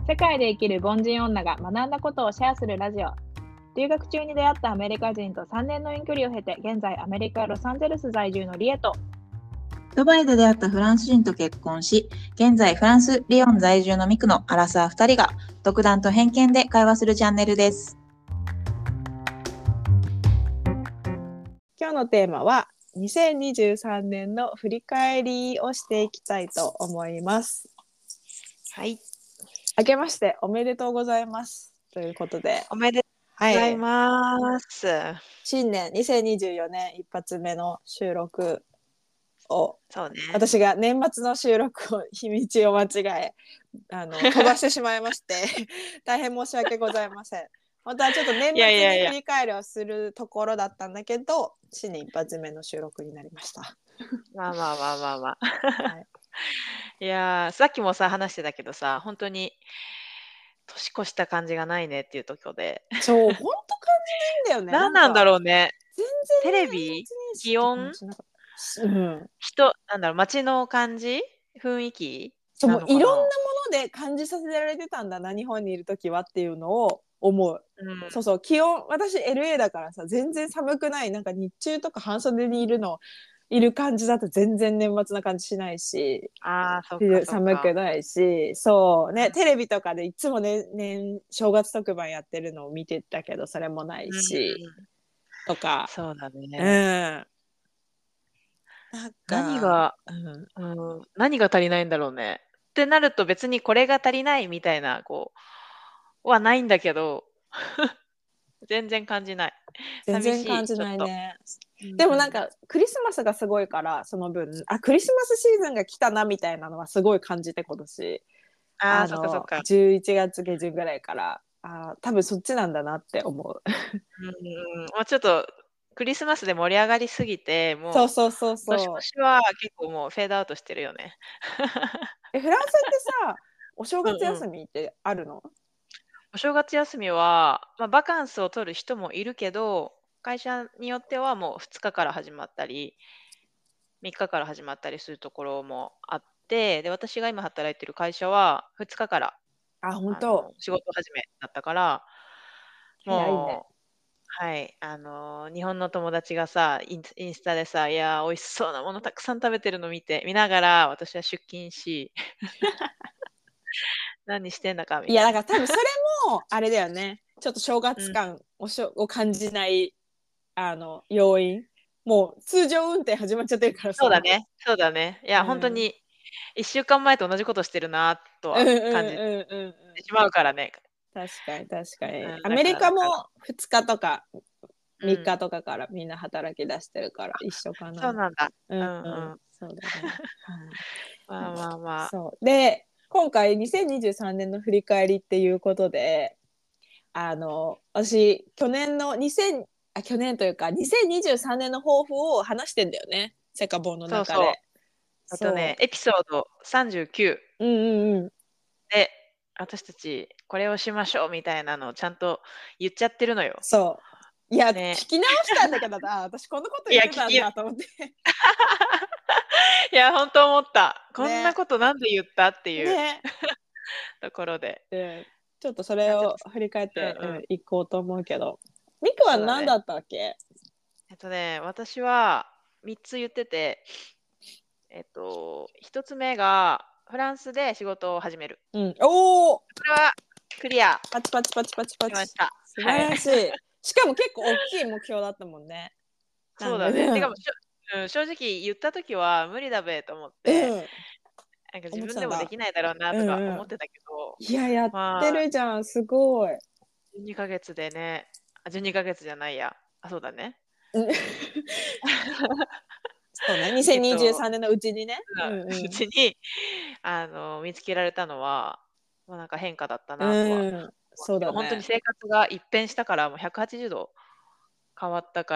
世界で生きる凡人女が学んだことをシェアするラジオ。留学中に出会ったアメリカ人と3年の遠距離を経て、現在アメリカ・ロサンゼルス在住のリエと、 ドバイで出会ったフランス人と結婚し、現在フランス・リヨン在住のミクのアラサー2人が独断と偏見で会話するチャンネルです。 今日のテーマは2023年の振り返りをしていきたいと思います。 はい。 明けましておめでとうございますということで、 おめでとうございます。 新年2024年一発目の収録を、 そうね。 私が年末の収録を日にちを間違え飛ばしてしまいまして大変申し訳ございません。本当はちょっと年末に振り返りをするところだったんだけど、新年一発目の収録になりました。 まあ。 はい、 いやさっきもさ話してたけどさ、本当に年越した感じがないねっていうところで。 そう、本当感じないんだよね。 何なんだろうね。 全然テレビ、気温、人、なんだろう、街の感じ、雰囲気。 そう、もういろんなもので感じさせられてたんだな、日本にいる時はっていうのを思う。そう、気温、私 LA だからさ、全然寒くない。なんか日中とか半袖にいる感じだと全然年末な感じしないし、寒くないし、そうね、テレビとかでいつもね、正月特番やってるのを見てたけど、それもないし、とか。 そうだね。 なんか何が足りないんだろうねってなると、別にこれが足りないみたいなはないんだけど全然感じない。 全然感じないね。でもなんかクリスマスがすごいから、その分クリスマスシーズンが来たなみたいなのはすごい感じて、今年そっか 11月下旬ぐらいから多分そっちなんだなって思う。 もうちょっとクリスマスで盛り上がりすぎて、もうそう年越しは結構もうフェードアウトしてるよね。 フランスってさ、お正月休みってあるの？ お正月休みは、バカンスを取る人もいるけど、会社によってはもう2日から始まったり3日から始まったりするところもあって、で私が今働いてる会社は2日から本当仕事始めだったから、 早いね。 はい、日本の友達がさ、インスタでさ、いや美味しそうなものたくさん食べてるの見ながら私は出勤し何してんだかみたいな。 いや、だから多分それもあれだよね。ちょっと正月感を感じない要因。もう通常運転始まっちゃってるからさ。 そうだね。いや、本当に1週間前と同じことしてるなとは感じてしまうからね。 確かに。アメリカも2日とか3日とかからみんな働き出してるから一緒かな。 そうなんだ。 そうだね。 そうで、今回2023年の振り返りっていうことで、私去年というか2023年の抱負を話してんだよね、セカボンの中で。 エピソード39で私たちこれをしましょうみたいなのをちゃんと言っちゃってるのよ。 いや、聞き直したんだけど私こんなこと言ってたんだと思っていや本当思った、こんなことなんで言ったっていう、ところで、 ちょっとそれを振り返っていこうと思うけど、ミクは何だったっけ？ 私は3つ言ってて、1つ目がフランスで仕事を始める。 おお、 これはクリア。 パチパチ素晴らしい。しかも結構大きい目標だったもんね。 そうだね。てか正直言った時は無理だべと思って、なんか自分でもできないだろうなとか思ってたけど、 いややってるじゃん、すごい。 12ヶ月でね、12ヶ月じゃないや、そうだね。 そうね、2023年のうちにね、 うちに見つけられたのは、なんか変化だったなとは。 そうだね。 本当に生活が一変したから、もう180度変わったから、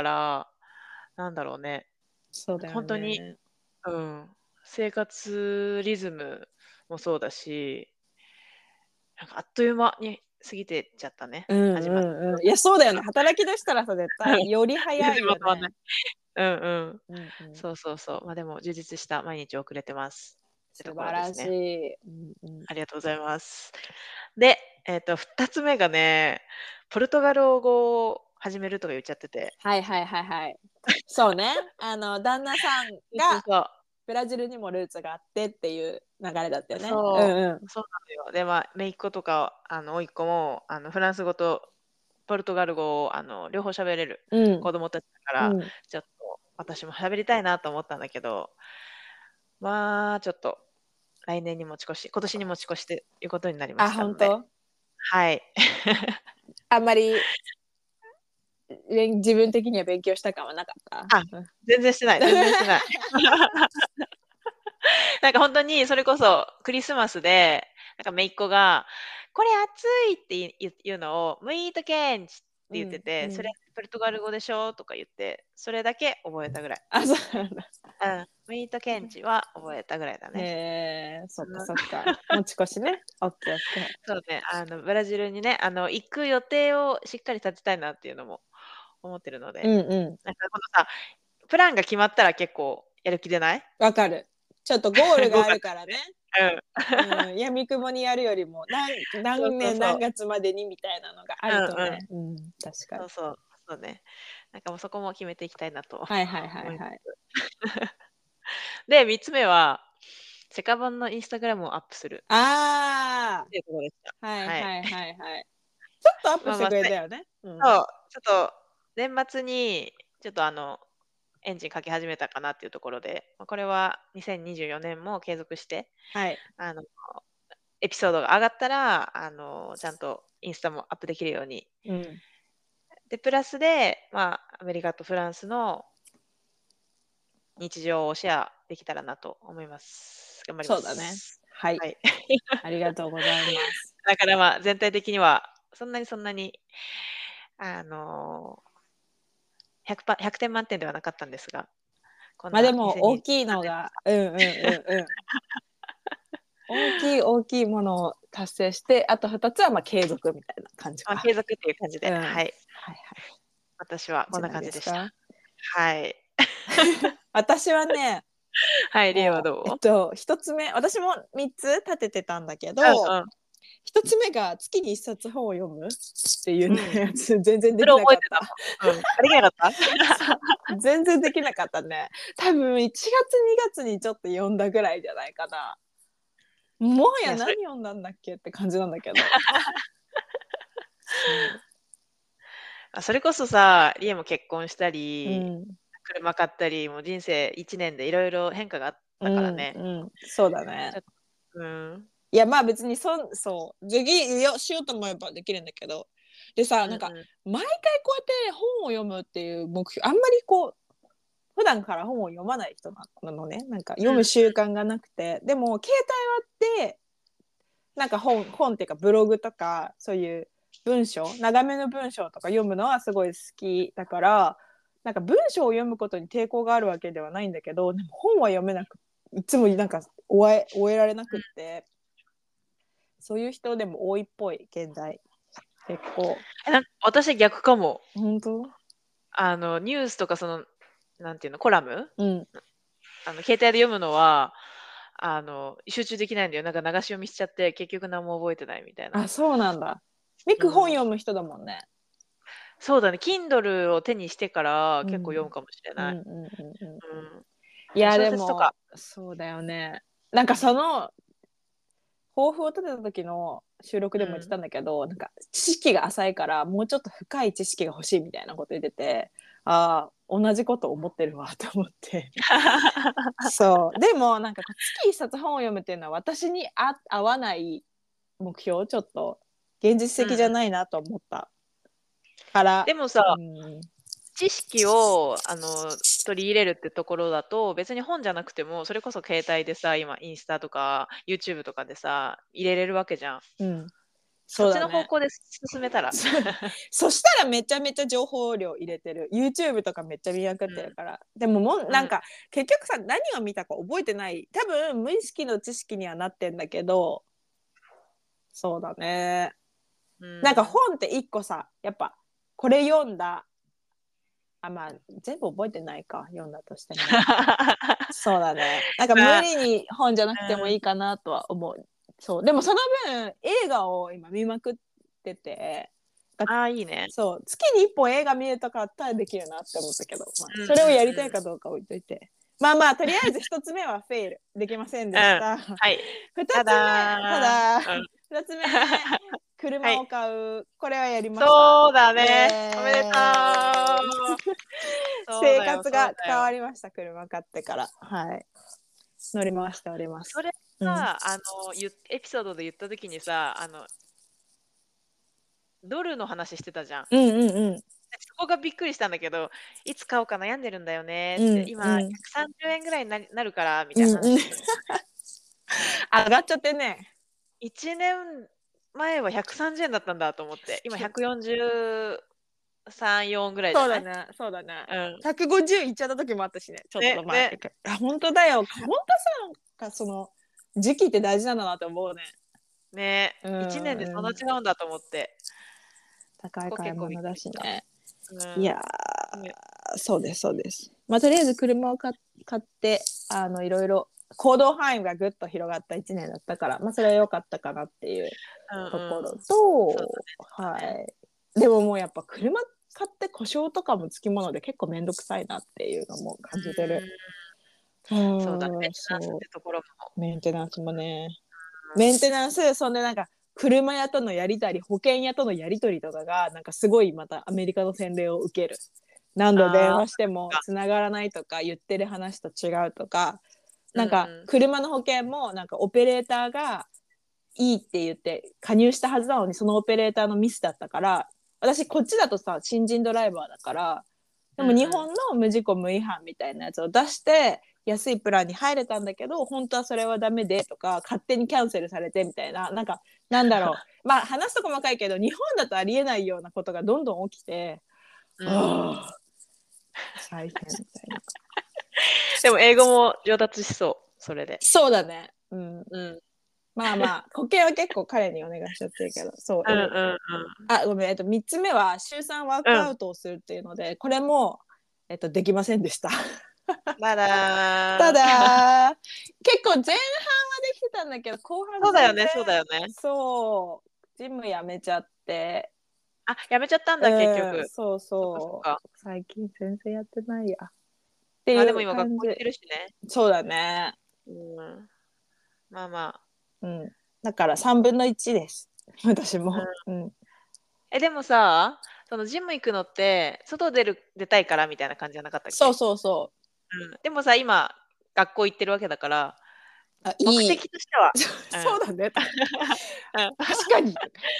なんだろうね。 そうだよね。 本当に、生活リズムもそうだし、なんかあっという間に過ぎてっちゃったね。始まった。 いやそうだよね。働き出したらさ絶対より早いよね。 そう。でも充実した毎日を送れてます。 てと素晴らしころですね。 い。うんうん、 ありがとうございます。で、2つ目がね、ポルトガル語を始めるとか言っちゃってて。 はいはいはいはい。そうね。旦那さんそうそうがそう。 ブラジルにもルーツがあってっていう流れだったよね。うんそう、 うん。 そうなのよ。で、まあ、姪っ子とか、甥っ子も、フランス語とポルトガル語を、両方喋れるうん子供たちだから、 うん。 ちょっと私も喋りたいなと思ったんだけど、まあ、ちょっと来年に持ち越し、今年に持ち越しということになりまあ、 したので、 本当？ はい。 あんまり自分的には勉強した感はなかった。 あ、 うん、 全然してない、全然してない。なんか本当にそれこそクリスマスで、なんか姪っ子が、これ暑いって言うのを、ムイートケンチって言ってて、それポルトガル語でしょとか言って、それだけ覚えたぐらい。 あ、そうなんだ。 うん、ムイートケンチは覚えたぐらいだね。 へえ、そっかうんそっか。持ち越しね。オッケーオッケー。 そうね、ブラジルにね、行く予定をしっかり立てたいなっていうのも思ってるので、 うんうなんかこのさ、プランが決まったら結構やる気出ない？ ん。わかる。ちょっとゴールがあ 5月るからね。 ね。 うん、闇雲にやるよりもそう何年そうそう。 何月までにみたいなのがあうんるとうん。 ね、うん、確かに。 そうそう。そうね。なんかもうそこも決めていきたいなとはいはいはい思いまはい。 す。で、3つ目は、セカボンのインスタグラムをアップするあっていうところでした。 あ、はいはい。 はいはいはい。ちょっとアップしてまあまあ、 くれたよね。うん。 そう、ちょっと年末にちょっとエンジンかけ始めたかなっていうところで、ま、これは2024年も継続して、 はい。 あの、エピソードが上がったら、ちゃんとインスタもアップできるように。 うん。 で、プラスで、まあ、アメリカとフランスの日常をシェアできたらなと思います。頑張りまそうだね。 す。 はい。 はい。 ありがとうございます。 だからまあ、全体的にはそんなに、あの、100点満点ではなかったんですが、こんま、でなも大きいの 2023 がうんうんうんうん。大きいものを達成して、あと2つは、ま、継続みたいな感じまあ、 か。 継続っていう感じで、 うん。はいはい。 はい。 私はこんなじゃない感じでした。 ですか。 はい。 私はね、 はい、リエはもう、 どう？ 1つ目、私も3つ立ててたんだけど、 うんうん。 1つ目が月に1冊本を読むっていうね、 うん。 やつ全然でそれきなかった。 覚えてたの？うん。あ、できなかった？ そう、全然できなかったね。多分1月2月にちょっと読んだぐらいじゃないかな。もはやいや、 何読んだんだっけって感じなんだけど。そそれこそさ、リエも結婚したう。うり、 ん。 車買ったり、もう人生1年でいろいろ変化があったからうんね。 うん。そうだね。 ちょっうん。 いや、まあ別にそう、しようと思えばできるんだけど。でさ、なんか、 うんうん。 毎回こうやって本を読むっていう目標、あんまりこう、普段から本を読まない人なのね。なんか読む習慣がなくて。でも、携帯はあって、なんか本っていうかブログとか、そういう長めの文章とか読むのはすごい好きだから、なんか文章を読むことに抵抗があるわけではないんだけど、でも本は読めなく、いつもなんか終えられなくって、そういう人でも多いっぽい、現代。結構。 なんか私逆かも。 本当？ ニュースとかなんていうの、コラム？ うん。 携帯で読むのは、集中できないんだよ。なんか流し読みしちゃって、結局何も覚えてないみたいな。 あ、そうなんだ。ミク本うん。 読む人だもんね。 そうだね、Kindle を手にしてからうん。 結構読むかもしれない。 うんうんうんうん。いうん。 や、 小説とか。 でも、そうだよね。なんかその、抱負を立てた時の収録でも言ってうん。 たんだけど、なんか知識が浅いからもうちょっと深い知識が欲しいみたいなこと言ってて、ああ、同じこと思ってるわと思って。そう。でもなんか月一冊本を読むっていうのは私に合わない目標、ちょっと現実的じゃうんうん。 ないなと思ったから、 でもさ、 うん、 知識を取り入れるってところだと、別に本じゃなくても、それこそ携帯でさ、今インスタとか YouTube とかでさ、入れれるわけじゃん。 うん、 そっちの方そうだね。 向で進めたら。 そしたらめちゃめちゃ情報量入れてる。YouTube とかめっちゃ見まくってるから。でもうん。 なんか結局さ、何を見たか覚えてない。多分無意識の知識にはなってんだけど、そうだね。 うなんかん。 本って一個さ、やっぱこれ読んだまあ全部覚えてないか、読んだとしても。そうだね。なんか無理に本じゃなくてもいいかなとは思う。そう。でもその分映画を今見まくってて、 いいね。 そう、月に1本映画見るとかあったらできるなって思ったけど、まあ、それをやりたいかどうか置いといて。まあまあ、とりあえず1つ目はフェイル。できませんでした。 はい。 2つ目、ただ、2つ目、車を買う。これはやりました。 そうだね。おめでとう。 生活が変わりました、車買ってから。はい。乗り回しております。 それさ、エピソードで言った時にさ、ドルの話してたじゃん。そこがびっくりしたんだけど、いつ買おうか悩んでるんだよねって、今130円ぐらいになるからみたいな話。 上がっちゃってね。 1年前は130円だったんだと思って、今143、4ぐらいじゃない？ そうだね。150いっちゃった時もあったしね。ちょっと前。本当だよ。本当さ、その時期って大事なんだなって思うね。 ね、1年でそんな違うんだと思って。 高い買い物だしね。いやー、そうですそうです。まあとりあえず車を買っていろいろ行動範囲がぐっと広がった1年だったから、まあそれは良かったかなっていうところと、はい。でももうやっぱ車買って故障とかもつきもので結構めんどくさいなっていうのも感じてる。 そうだね。メンテナンスってところも。 メンテナンスもね。メンテナンス、そんでなんか車屋とのやりたり、保険屋とのやり取りとかがなんかすごいまたアメリカの洗礼を受ける。何度電話しても繋がらないとか、言ってる話と違うとか、なんか車の保険もなんかオペレーターがいいって言って加入したはずなのに、そのオペレーターのミスだったから、私こっちだとさ新人ドライバーだから、でも日本の無事故無違反みたいなやつを出して安いプランに入れたんだけど、本当はそれはダメでとか勝手にキャンセルされてみたいな、なんかなんだろうまあ話すと細かいけど日本だとありえないようなことがどんどん起きて、大変みたいな。 でも英語も上達しそう、それで。 そうだね。まあまあ保険は結構彼にお願いしちゃってるけど、そう。ごめん、3つ目は週3ワークアウトをするっていうので、これもできませんでした。ただ結構前半はできてたんだけど、後半そうだよねそうだよね。 そうジムやめちゃって。 やめちゃったんだ結局。 そう最近全然やってないやっていう感じ。 でも今学校行ってるしね。 そうだね。 まあまあ。だから3分の1です。私も。 でもさ、そのジム行くのって外出たいからみたいな感じじゃなかったっけ？ そう。 でもさ、今学校行ってるわけだから、目的としてはそうだね。確かに。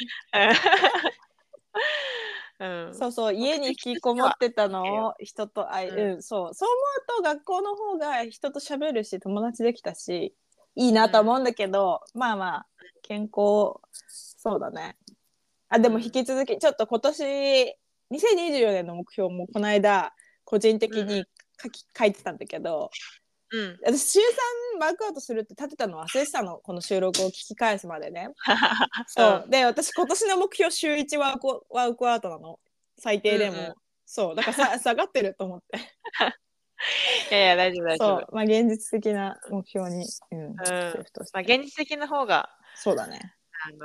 そう家に引きこもってたのを人とそう思うと学校の方が人と喋るし友達できたしいいなと思うんだけど、まあまあ健康そうだね。でも引き続きちょっと今年2024年の目標もこの間個人的に書いてたんだけど、私週3ワークアウトするって立てたの忘れてたの、この収録を聞き返すまでね。そうで私今年の目標週1ワークアウトなの、最低でも。そうだから下がってると思って。 いや大丈夫大丈夫。 そう現実的な目標に現実的な方がそうだね。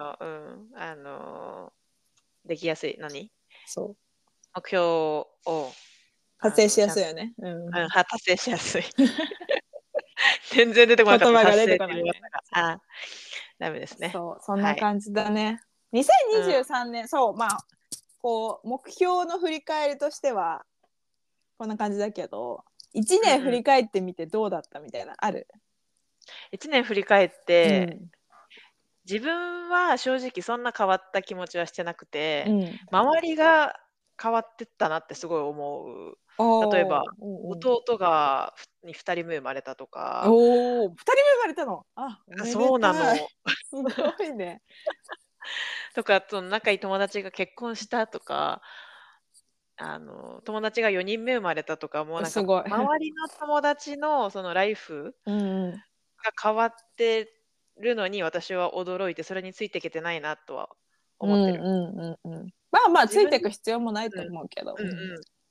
できやすいそう目標を達成しやすいよね。 達成しやすい。全然出てこなかった。 言葉が出てこない、ね。 ダメですね。 そんな感じだね。2023年、そうまあこう目標の振り返りとしてはこんな感じだけど、1年振り返ってみてどうだったみたいなある ？1年振り返って、自分は正直そんな変わった気持ちはしてなくて、周りが変わってったなってすごい思う。例えば弟に2人目生まれたとか。 2人目生まれたの？ そうなの。 すごいね。 とか仲いい友達が結婚したとか、友達が4人目生まれたとか、もうなんか周りの友達のそのライフが変わってるのに私は驚いて、それについていけてないなとは思ってる。 まあついていく必要もないと思うけど。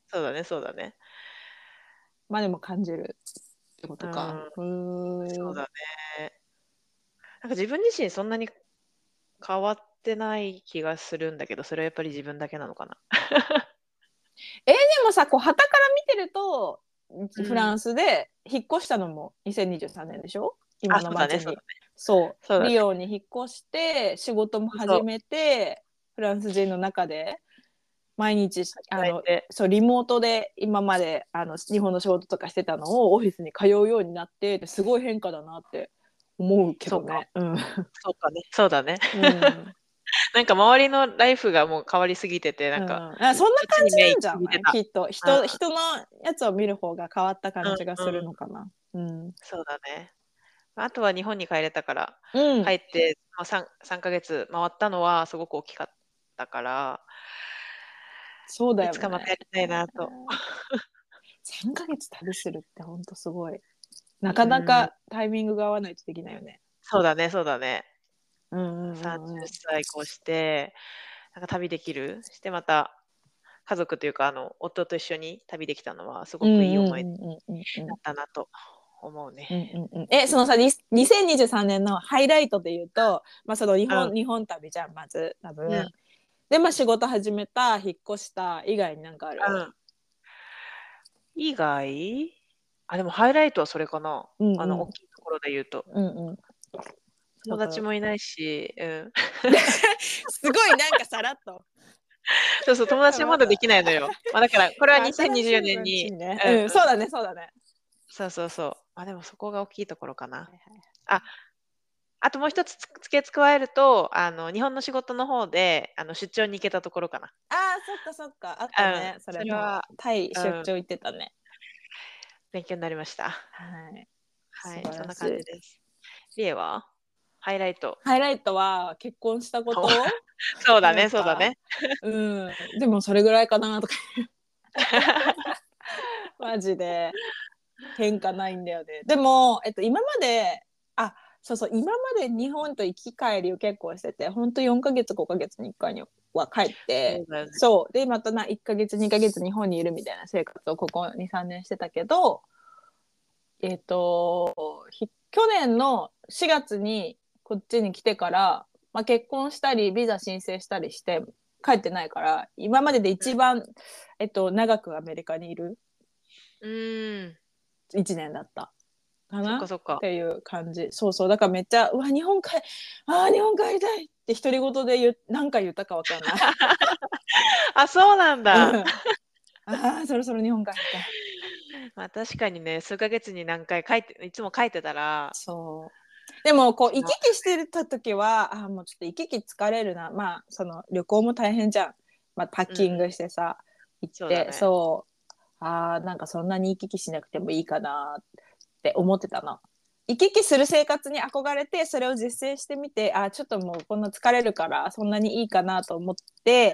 そうだね、そうだね。 まあでも感じるってことか。 そうだね。なんか自分自身そんなに変わってない気がするんだけど、それはやっぱり自分だけなのかな。 でもさ、こう旗から見てると、フランンスで引っ越したのも2023年でしょ、今の町に。 そうだね。 そう、 そうだね。 リヨンに引っ越して仕事も始めて、フランス人の中で毎日そうリモートで今まで日本の仕事とかしてたのをオフィスに通うようになってすごい変化だなって思うけどね。 そうかね。そうだね。 うんなんか周りのライフがもう変わりすぎてて、なんか、 そんな感じなんじゃそっちに目ない、 行き過ぎてた。 きっと人のやつを見る方が変わった感じがするのかな。 そうだね。あとは日本に帰れたから、 うん帰って、3ヶ月回ったのはすごく大きかったから、 そうだよね。 いつかまたやりたいなと。 3ヶ月旅するってほんとすごい。なかなかタイミングが合わないとできないよね。 そうだね、そうだね。 30 歳越して、なんか旅できるしてまた家族というか夫と一緒に旅できたのはすごくいい思い出だったなと思うね。 そのさ2023年のハイライトで言うと、まあ、その日本旅じゃんまず多分、でまあ仕事始めた引っ越した以外になんかある？ 以外でもハイライトはそれかな。大きいところで言うと。友達もいないし、 すごいなんかさらっとそうそう、友達はまだできないのよ。だから、これは2024年に。 そうだね、そうだね。 そうそうそう。でもそこが大きいところかな。あともう一つ付け加えると、日本の仕事の方で、出張に行けたところかな。 そっかそっか、あったね。それはタイ出張行ってたね。 勉強になりました。 はい。 そんな感じです。リエはハイライトは結婚したことそうだね、そうだね。 でもそれぐらいかなとかマジで変化ないんだよね。でも、今まで今まで日本と行き帰りを結構してて、ほんと4ヶ月5ヶ月に1回には帰って、そうでまた1ヶ月2ヶ月日本にいるみたいな生活をここ 2,3 年してたけど、去年の4月にこっちに来てから、結婚したりビザ申請したりして帰ってないから、今までで一番、長くアメリカにいる1年だったかなっていう感じ。そうだからめっちゃ日本帰りたいって独り言で何回言ったか分かんないそうなんだ、 そろそろ日本帰りたい。確かにね、数ヶ月に何回いつも書いてたら。 そうでもこう行き来してた時はもうちょっと行き来疲れるな、その旅行も大変じゃん、パッキングしてさ、行って、なんかそんなに行き来しなくてもいいかなって思ってたの。行き来する生活に憧れてそれを実践してみて、ちょっともうこんな疲れるからそんなにいいかなと思って、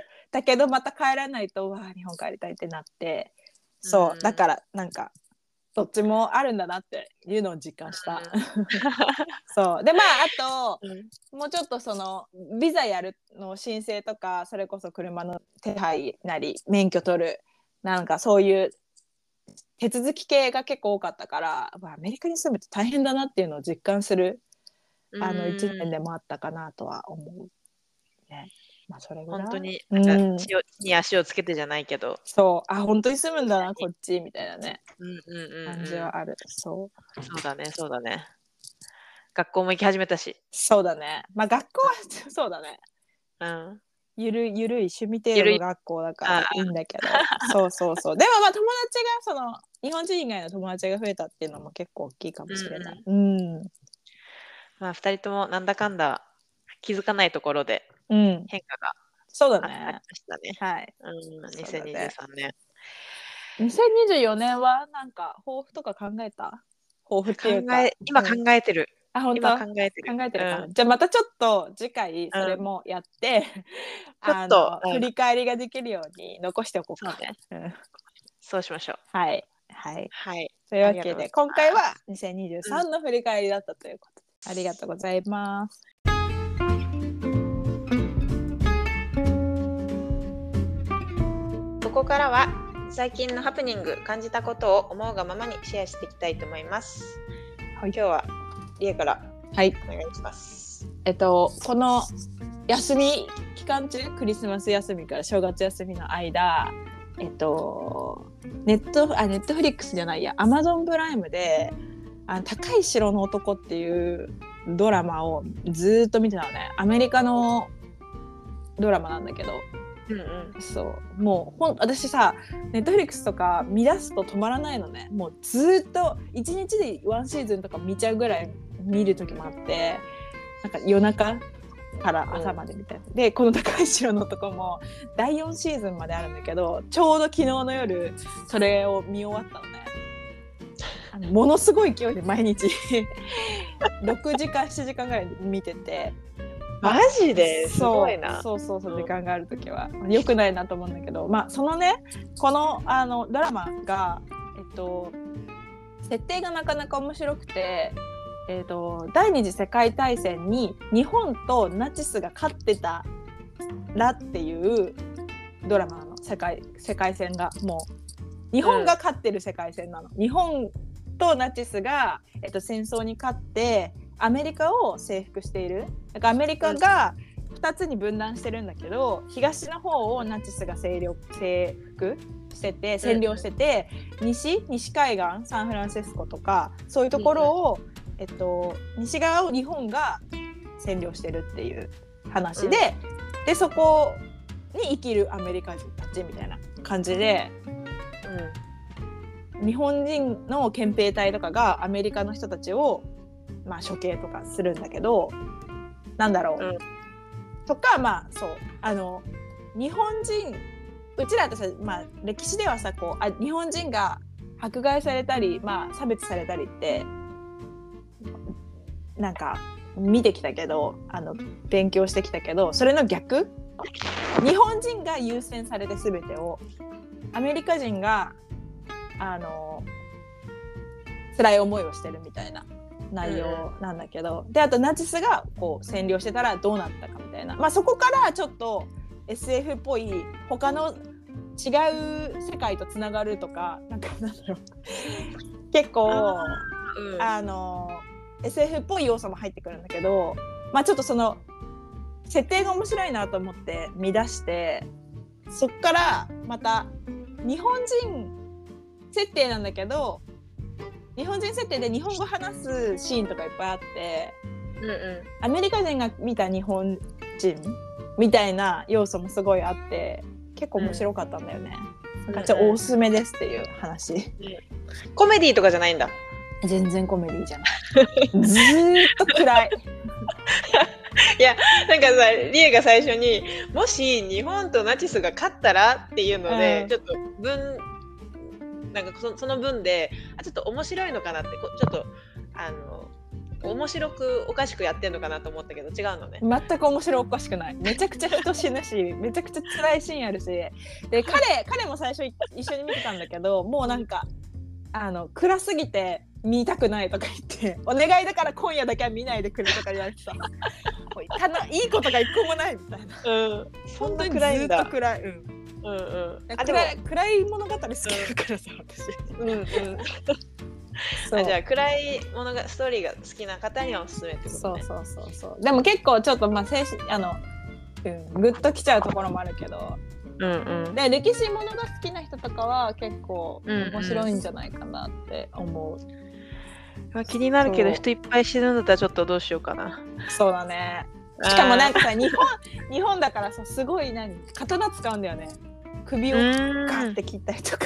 だけどまた帰らないと日本帰りたいってなって、だからなんかどっちもあるんだなっていうのを実感した。そうであと、もうちょっとそのビザやるの申請とか、それこそ車の手配なり免許取るなんかそういう手続き系が結構多かったから、アメリカに住むと大変だなっていうのを実感する1年でもあったかなとは思う、ね。それぐらい本当になんか地に足をつけてじゃないけど、 本当に住むんだなこっちみたいなね、感じはある。 そうだね、そうだね。学校も行き始めたし。 そうだね。学校はそうだね。ゆるい趣味程度の学校だからいいんだけど、そうでも友達がその日本人以外の友達が増えたっていうのも結構大きいかもしれない。2 人ともなんだかんだ気づかないところで変化がありましたね。 はい。 2023年。 2024年はなんか抱負とか考えた？抱負っていうか今考えてる。 本当？ 今考えてるか。じゃあまたちょっと次回それもやって、ちょっと振り返りができるように残しておこうか。 そうしましょう。 はい。というわけで今回は2023の振り返りだったということで、ありがとうございます。 ここからは最近のハプニング、感じたことを思うがままにシェアしていきたいと思います。 はい、 今日はリエからはい、 お願いします。 この休み期間中、クリスマス休みから正月休みの間、ネットフリックスじゃないや、アマゾンプライムで高い城の男っていうドラマをずっと見てたのね。アメリカのドラマなんだけど、そうもう私さ、ネットフリックスとか見出すと止まらないのね。もうずっと1日で1シーズンとか見ちゃうぐらい見る時もあって、なんか夜中から朝までみたいな、でこの高い城の男も第4シーズンまであるんだけど、ちょうど昨日の夜それを見終わったのね。ものすごい勢いで毎日6時間7時間ぐらい見てて、 マジですごいな。 そう時間があるときは良くないなと思うんだけど、そのね、このドラマが設定がなかなか面白くて、第二次世界大戦に日本とナチスが勝ってたらっていうドラマなの。世界線がもう日本が勝ってる世界線なの。日本とナチスが、戦争に勝ってアメリカを征服している。だからアメリカが2つに分断してるんだけど、東の方をナチスが征服してて、占領してて、西海岸サンフランシスコとかそういうところを、西側を日本が占領してるっていう話で、でそこに生きるアメリカ人たちみたいな感じで、日本人の憲兵隊とかがアメリカの人たちを、処刑とかするんだけど、なんだろう、とか、そう日本人、うちらってさ、歴史ではさ、日本人が迫害されたり、差別されたりってなんか見てきたけど、勉強してきたけど、それの逆、日本人が優先されて全てを、アメリカ人が辛い思いをしてるみたいな内容なんだけど、であとナチスが占領してたらどうなったかみたいな、そこからちょっと SF っぽい他の違う世界とつながるとか、なんだろう結構SF っぽい要素も入ってくるんだけど、ちょっとその設定が面白いなと思って見出して、そっからまた日本人設定なんだけど、日本人設定で日本語話すシーンとかいっぱいあって、アメリカ人が見た日本人みたいな要素もすごいあって、結構面白かったんだよね。なんかちょっとおすすめですっていう話。 コメディとかじゃないんだ。 全然コメディじゃないずーっと暗いいや、なんかさ、リエが最初にもし日本とナチスが勝ったらっていうので、ちょっとなんかその分でちょっと面白いのかなって、ちょっと面白くおかしくやってんのかなと思ったけど、違うのね。 全く面白おかしくない。めちゃくちゃ人死ぬし、めちゃくちゃ辛いシーンあるし、で彼も最初一緒に見てたんだけど、もうなんか暗すぎて見たくないとか言って、お願いだから今夜だけは見ないでくれとか言われてさいいことが一個もないみたいな、 そんな暗いんだ。 ずっと暗い、暗い物語好きだからさ、私。 じゃあ暗いストーリーが好きな方にはおすすめってことね。 そうでも結構ちょっとグッときちゃうところもあるけど、で歴史ものが好きな人とかは結構面白いんじゃないかなって思う。 気になるけど、人いっぱい死ぬんだったらちょっとどうしようかな。 そうだね。しかもなんかさ、日本だからさ、すごい刀使うんだよね。首をガッて切ったりとか。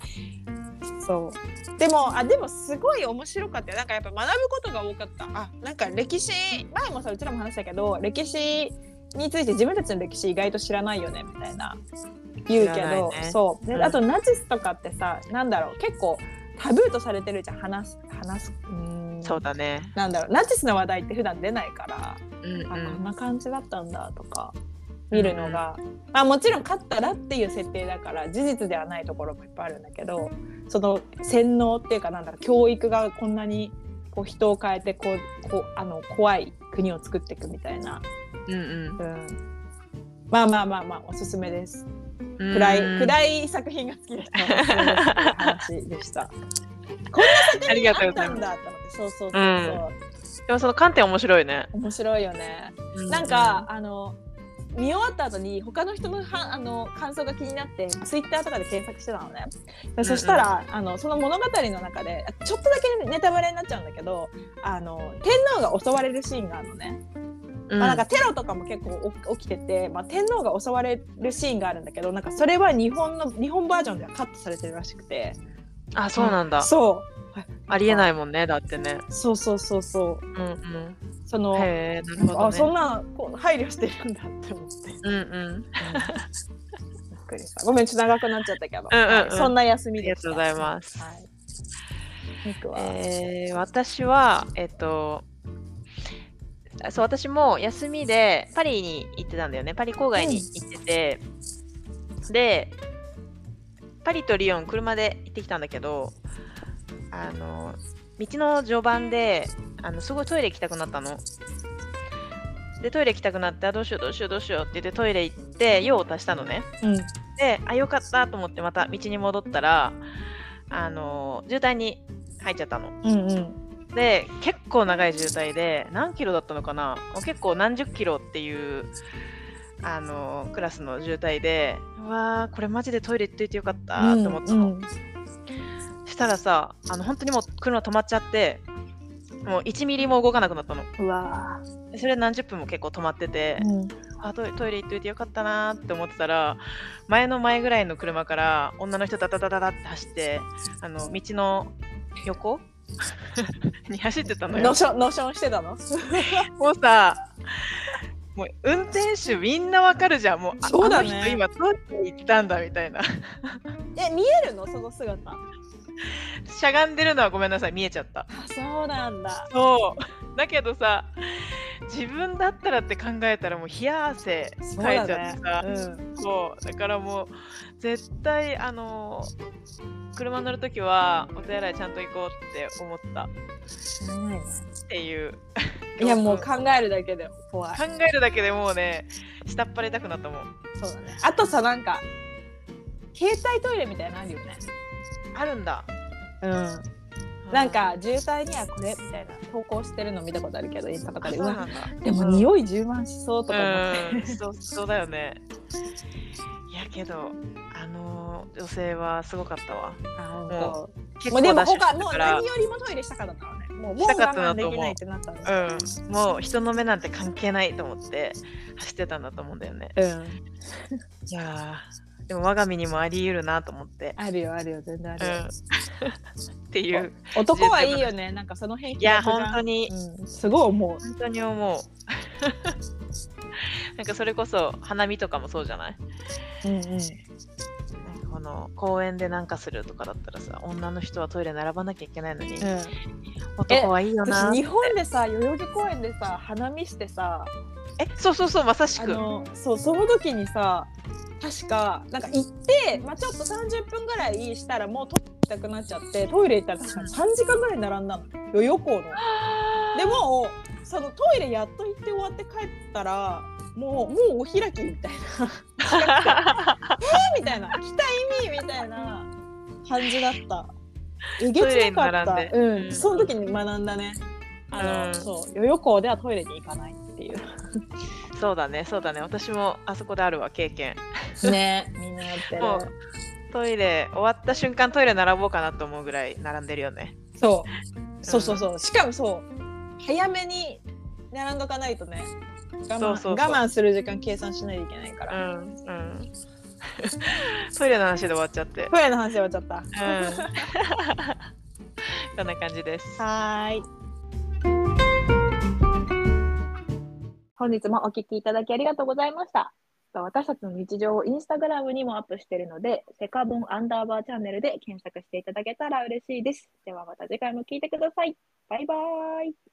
そうでもすごい面白かったよ。なんかやっぱ学ぶことが多かった。なんか歴史、前もさうちらも話したけど、歴史について自分たちの歴史意外と知らないよねみたいな言うけど、そうで、あとナチスとかってさ、なんだろう、結構タブーとされてるじゃん。話すそうだね。 なんだろう、ナチスの話題って普段出ないから、こんな感じだったんだとか見るのが、もちろん勝ったらっていう設定だから事実ではないところもいっぱいあるんだけど、その洗脳っていうか、なんだろう、教育がこんなに人を変えて怖い国を作っていくみたいな、まあおすすめです。 暗い作品が好きな人のおすすめですっていう話でした。こんな作品あったんだと思って。そうそうそうそう。 でもその観点面白いね。 面白いよね。なんか見終わった後に他の人の感想が気になってツイッターとかで検索してたのね。そしたらその物語の中でちょっとだけネタバレになっちゃうんだけど天皇が襲われるシーンがあるのね。なんかテロとかも結構起きてて、天皇が襲われるシーンがあるんだけど、なんかそれは日本バージョンではカットされてるらしくて。 あ、そうなんだ。 そう。 ありえないもんね、だってね。 そう。そのへー、なるほどね。 そんな配慮してるんだって思って。びっくりした。ごめん、ちょっと長くなっちゃったけど。そんな休みでした。 ありがとうございます。 ミクは私はそう、私も休みでパリに行ってたんだよね。パリ郊外に行ってて、でパリとリヨン車で行ってきたんだけど、道の序盤ですごいトイレ行きたくなったの。でトイレ行きたくなってどうしようって言ってトイレ行って用を足したのね。でよかったと思ってまた道に戻ったら渋滞に入っちゃったの。で結構長い渋滞で何キロだったのかな、結構何十キロっていうクラスの渋滞で、うわーこれマジでトイレ行っといてよかったって思ったの。したらさ本当にもう車止まっちゃってもう1ミリも動かなくなったの。 うわそれ何十分も結構止まってて、トイレ行っといてよかったなって思ってたら前ぐらいの車から女の人ダダダダダって走って道の横に走ってたのよ。 ノションしてたのもうさ、もう運転手みんなわかるじゃん。もうそうだね、 あの人今トイレ行ったんだみたいな。 見えるのその姿？ しゃがんでるのはごめんなさい、見えちゃった。 そうなんだ。 そうだけどさ、自分だったらって考えたらもう冷や汗かいちゃってさ、そうだからもう絶対車乗るときはお手洗いちゃんと行こうって思ったっていう。 いやもう考えるだけで怖い。 考えるだけでもうね下っ端れたくなったもん。 そうだね。あとさ、なんか携帯トイレみたいなのあるよね。 あるんだ。 なんか渋滞にはこれみたいな投稿してるの見たことあるけどインスタとかで。でも匂い充満しそうとか思って。 そうだよね。いやけど女性はすごすごかったわ。 もうでももう何よりもトイレしたかったのね。もう我慢できないってなったの。 もう人の目なんて関係ないと思って走ってたんだと思うんだよね。いやでも我が身にもあり得るなと思って。 あるよ全然あるよ。 っていう男はいいよね。なんかその辺。 いや本当に、 すごい思う。 本当に思う。なんかそれこそ花見とかもそうじゃない？この公園でなんかするとかだったらさ、女の人はトイレ並ばなきゃいけないのに、男はいいよなって。 日本でさ、代々木公園でさ花見してさ、 そうまさしくその時にさ、確かなんか行って、ちょっと30分ぐらいしたらもうトイレ行きたくなっちゃってトイレ行ったら確かに3時間ぐらい並んだの、代々木公の。でもそのトイレやっと行って終わって帰ったらもうお開きみたいなみたいな来た意味みたいな感じだった。えげつなかった。その時に学んだね。そう代々木公ではトイレに行かないっていう。 そうだね私もあそこであるわ経験ね。みんなやってる。もうトイレ終わった瞬間トイレ並ぼうかなと思うぐらい並んでるよね。 そうしかもそう早めに並んどかないとね、我慢する時間計算しないといけないから。 トイレの話で終わっちゃって。 トイレの話で終わっちゃった。 こんな感じです。 はい。本日もお聞きいただきありがとうございました。私たちの日常をインスタグラムにもアップしているので、セカボン_チャンネルで検索していただけたら嬉しいです。ではまた次回も聞いてください。バイバーイ。